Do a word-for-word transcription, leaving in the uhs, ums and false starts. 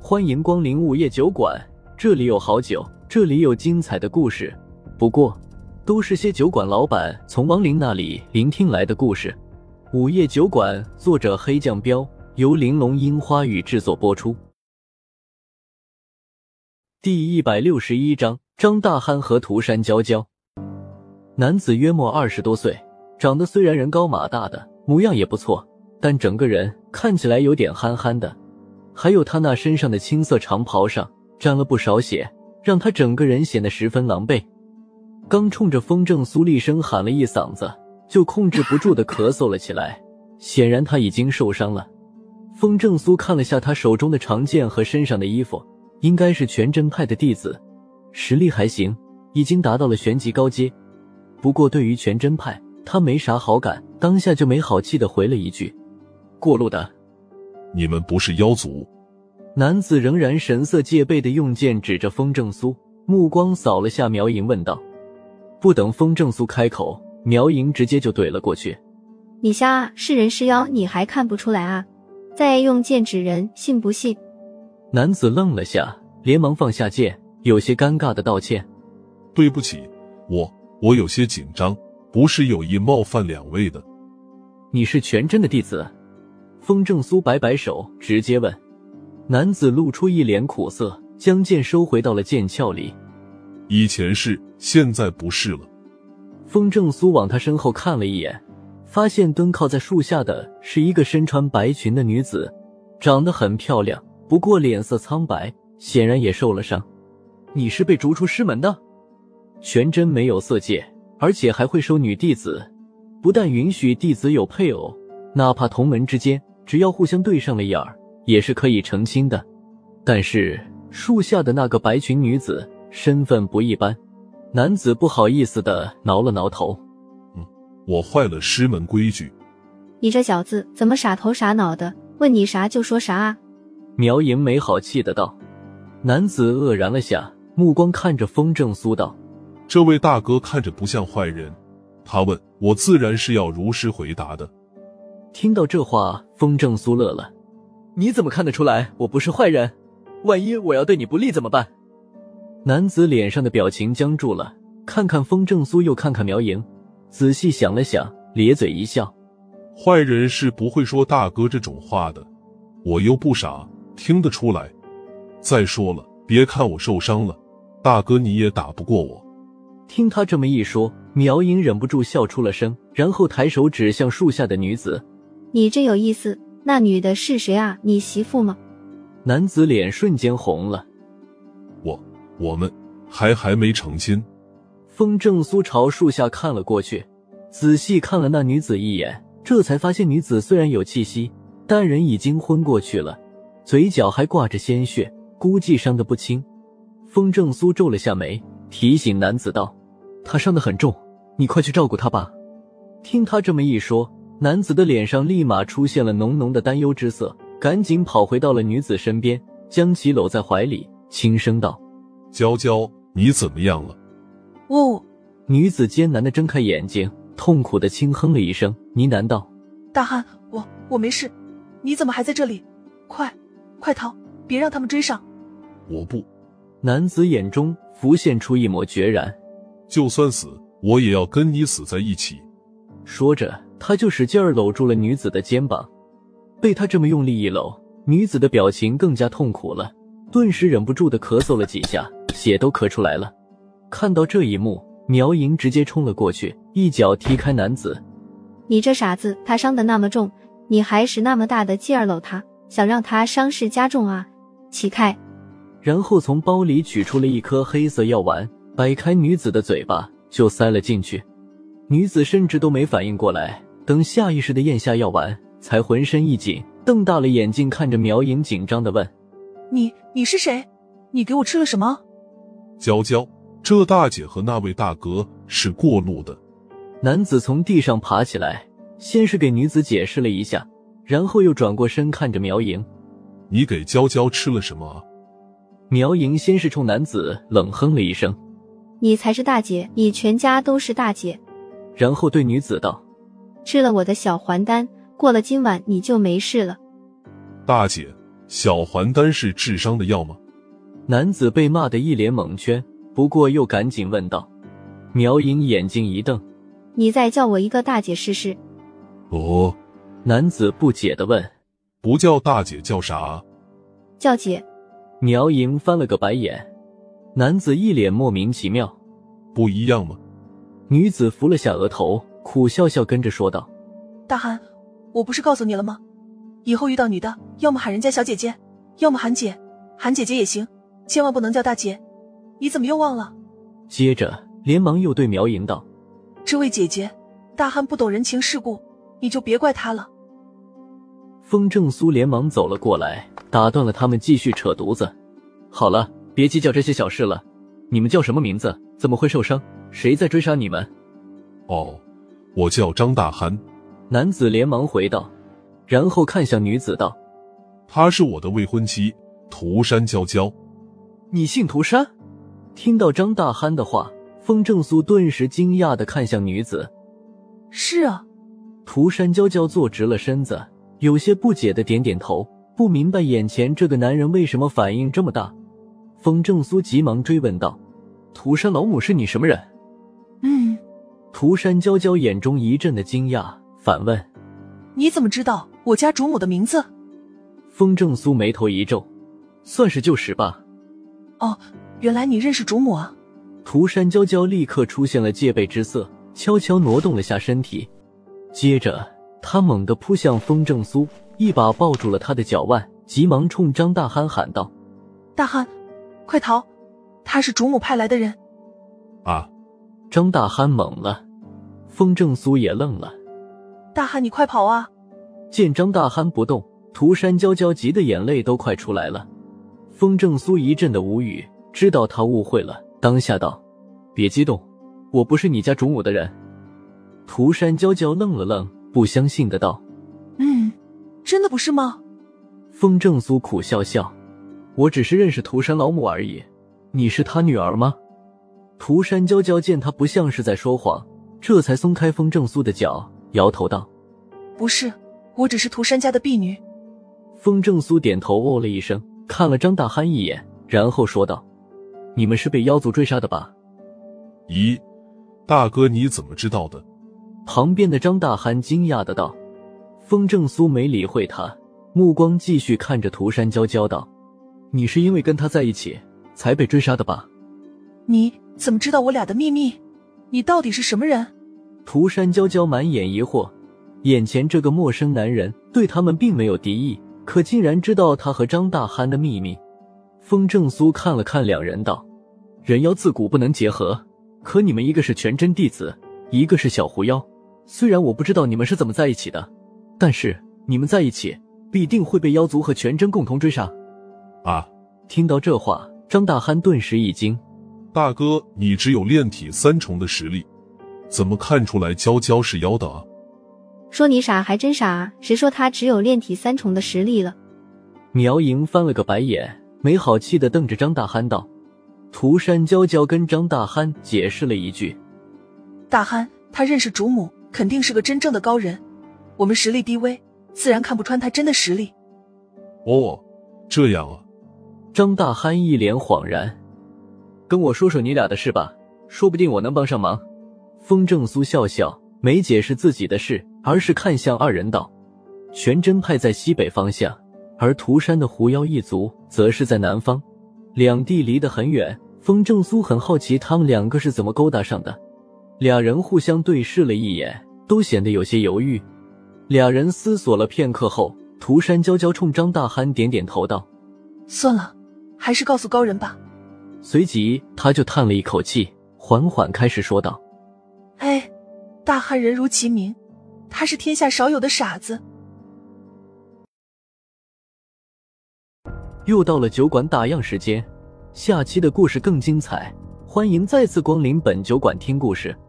欢迎光临午夜酒馆，这里有好酒，这里有精彩的故事。不过，都是些酒馆老板从亡灵那里聆听来的故事。午夜酒馆，作者黑酱标，由玲珑樱花雨制作播出。第一百六十一章，张大憨和涂山娇娇。男子约莫二十多岁，长得虽然人高马大的，模样也不错，但整个人看起来有点憨憨的。还有他那身上的青色长袍上沾了不少血，让他整个人显得十分狼狈。刚冲着风正苏厉声喊了一嗓子，就控制不住地咳嗽了起来，显然他已经受伤了。风正苏看了下他手中的长剑和身上的衣服，应该是全真派的弟子，实力还行，已经达到了玄级高阶。不过对于全真派他没啥好感，当下就没好气地回了一句：过路的。 你们不是妖族？ 男子仍然神色戒备地用剑指着风正苏，目光扫了下苗莹问道。不等风正苏开口，苗莹直接就怼了过去。 你瞎啊，是人是妖你还看不出来啊？再用剑指人，信不信？ 男子愣了下，连忙放下剑，有些尴尬地道歉。 对不起，我我有些紧张，不是有意冒犯两位的。 你是全真的弟子？风正苏摆摆手，直接问。男子露出一脸苦涩，将剑收回到了剑鞘里。 以前是，现在不是了。 风正苏往他身后看了一眼，发现蹲靠在树下的是一个身穿白裙的女子，长得很漂亮，不过脸色苍白，显然也受了伤。你是被逐出师门的？全真没有色戒，而且还会收女弟子，不但允许弟子有配偶，哪怕同门之间只要互相对上了眼儿，也是可以成亲的。但是树下的那个白裙女子身份不一般，男子不好意思地挠了挠头。 嗯，我坏了师门规矩。 你这小子怎么傻头傻脑的，问你啥就说啥啊？ 苗莹没好气的道。男子愕然了下，目光看着风正苏道。 这位大哥看着不像坏人，他问我自然是要如实回答的。 听到这话，风正苏乐了。你怎么看得出来我不是坏人？万一我要对你不利怎么办？男子脸上的表情僵住了，看看风正苏又看看苗莹，仔细想了想，咧嘴一笑。 坏人是不会说大哥这种话的，我又不傻，听得出来。再说了，别看我受伤了，大哥你也打不过我。 听他这么一说，苗莹忍不住笑出了声，然后抬手指向树下的女子。 你真有意思，那女的是谁啊？你媳妇吗？ 男子脸瞬间红了。 我我们还还没成亲。 风正苏朝树下看了过去，仔细看了那女子一眼，这才发现女子虽然有气息，但人已经昏过去了，嘴角还挂着鲜血，估计伤得不轻。风正苏皱了下眉，提醒男子道：他伤得很重，你快去照顾他吧。听他这么一说，男子的脸上立马出现了浓浓的担忧之色，赶紧跑回到了女子身边，将其搂在怀里，轻声道： 娇娇，你怎么样了？ 哦。 女子艰难地睁开眼睛，痛苦地轻哼了一声，呢喃道： 大汉，我我没事，你怎么还在这里？快快逃，别让他们追上。 我不。 男子眼中浮现出一抹决然。 就算死，我也要跟你死在一起。 说着，他就使劲儿搂住了女子的肩膀。被他这么用力一搂，女子的表情更加痛苦了，顿时忍不住地咳嗽了几下，血都咳出来了。看到这一幕，苗莹直接冲了过去，一脚踢开男子。 你这傻子，他伤得那么重，你还使那么大的劲儿搂他，想让他伤势加重啊？起开！ 然后从包里取出了一颗黑色药丸，摆开女子的嘴巴就塞了进去。女子甚至都没反应过来，等下意识地咽下药丸，才浑身一紧，瞪大了眼睛看着苗莹，紧张地问： 你你是谁？你给我吃了什么？ 娇娇，这大姐和那位大哥是过路的。 男子从地上爬起来，先是给女子解释了一下，然后又转过身看着苗莹。 你给娇娇吃了什么啊？ 苗莹先是冲男子冷哼了一声： 你才是大姐，你全家都是大姐。 然后对女子道： 吃了我的小还丹，过了今晚你就没事了。 大姐， 小还丹是治伤的药吗？ 男子被骂得一脸懵圈，不过又赶紧问道。苗莹眼睛一瞪， 你再叫我一个大姐试试。 哦， 男子不解地问， 不叫大姐叫啥？ 叫姐。 苗莹翻了个白眼，男子一脸莫名其妙， 不一样吗？ 女子扶了下额头，苦笑笑跟着说道， 大憨，我不是告诉你了吗？以后遇到女的，要么喊人家小姐姐，要么喊姐，喊姐姐也行，千万不能叫大姐。你怎么又忘了？ 接着连忙又对苗莹道， 这位姐姐，大憨不懂人情世故，你就别怪他了。 风正苏连忙走了过来，打断了他们继续扯犊子。好了，别计较这些小事了，你们叫什么名字？怎么会受伤？谁在追杀你们？ 哦，我叫张大憨。 男子连忙回道，然后看向女子道， 她是我的未婚妻，涂山娇娇。 你姓涂山？听到张大憨的话，风正苏顿时惊讶地看向女子。 是啊。 涂山娇娇坐直了身子，有些不解地点点头，不明白眼前这个男人为什么反应这么大。风正苏急忙追问道，涂山老母是你什么人？ 嗯。 涂山娇娇眼中一阵的惊讶，反问， 你怎么知道我家主母的名字？ 风正苏眉头一皱，算是旧识吧。 哦，原来你认识主母啊。 涂山娇娇立刻出现了戒备之色，悄悄挪动了下身体，接着她猛地扑向风正苏，一把抱住了他的脚腕，急忙冲张大憨喊道， 大憨，快逃，他是主母派来的人。 啊！ 张大憨懵了，风正苏也愣了。 大憨，你快跑啊！ 见张大憨不动，涂山娇娇急得眼泪都快出来了。风正苏一阵的无语，知道他误会了，当下道，别激动，我不是你家主母的人。涂山娇娇愣了愣，不相信的道， 嗯，真的不是吗？ 风正苏苦笑笑，我只是认识涂山老母而已，你是他女儿吗？涂山娇娇见他不像是在说谎，这才松开风正苏的脚，摇头道， 不是，我只是涂山家的婢女。 风正苏点头哦了一声，看了张大憨一眼，然后说道，你们是被妖族追杀的吧？ 咦，大哥你怎么知道的？ 旁边的张大憨惊讶的道。风正苏没理会他，目光继续看着涂山娇娇道，你是因为跟他在一起才被追杀的吧？ 你怎么知道我俩的秘密？你到底是什么人？ 涂山娇娇满眼疑惑，眼前这个陌生男人对他们并没有敌意，可竟然知道他和张大憨的秘密。风正苏看了看两人道，人妖自古不能结合，可你们一个是全真弟子，一个是小狐妖，虽然我不知道你们是怎么在一起的，但是你们在一起必定会被妖族和全真共同追杀。 啊！ 听到这话，张大憨顿时一惊， 大哥你只有炼体三重的实力，怎么看出来娇娇是妖的啊？ 说你傻还真傻啊，谁说他只有炼体三重的实力了？ 苗莹翻了个白眼，没好气地瞪着张大憨道。涂山娇娇跟张大憨解释了一句， 大憨他认识主母，肯定是个真正的高人，我们实力低微，自然看不穿他真的实力。 哦，这样啊。 张大憨一脸恍然，跟我说说你俩的事吧，说不定我能帮上忙。风正苏笑笑，没解释自己的事，而是看向二人道，全真派在西北方向，而涂山的狐妖一族则是在南方，两地离得很远。风正苏很好奇他们两个是怎么勾搭上的。俩人互相对视了一眼，都显得有些犹豫。俩人思索了片刻后，涂山娇娇冲张大憨点点头道， 算了，还是告诉高人吧。 随即他就叹了一口气，缓缓开始说道， 哎，大憨人如其名，他是天下少有的傻子。 又到了酒馆打烊时间，下期的故事更精彩，欢迎再次光临本酒馆听故事。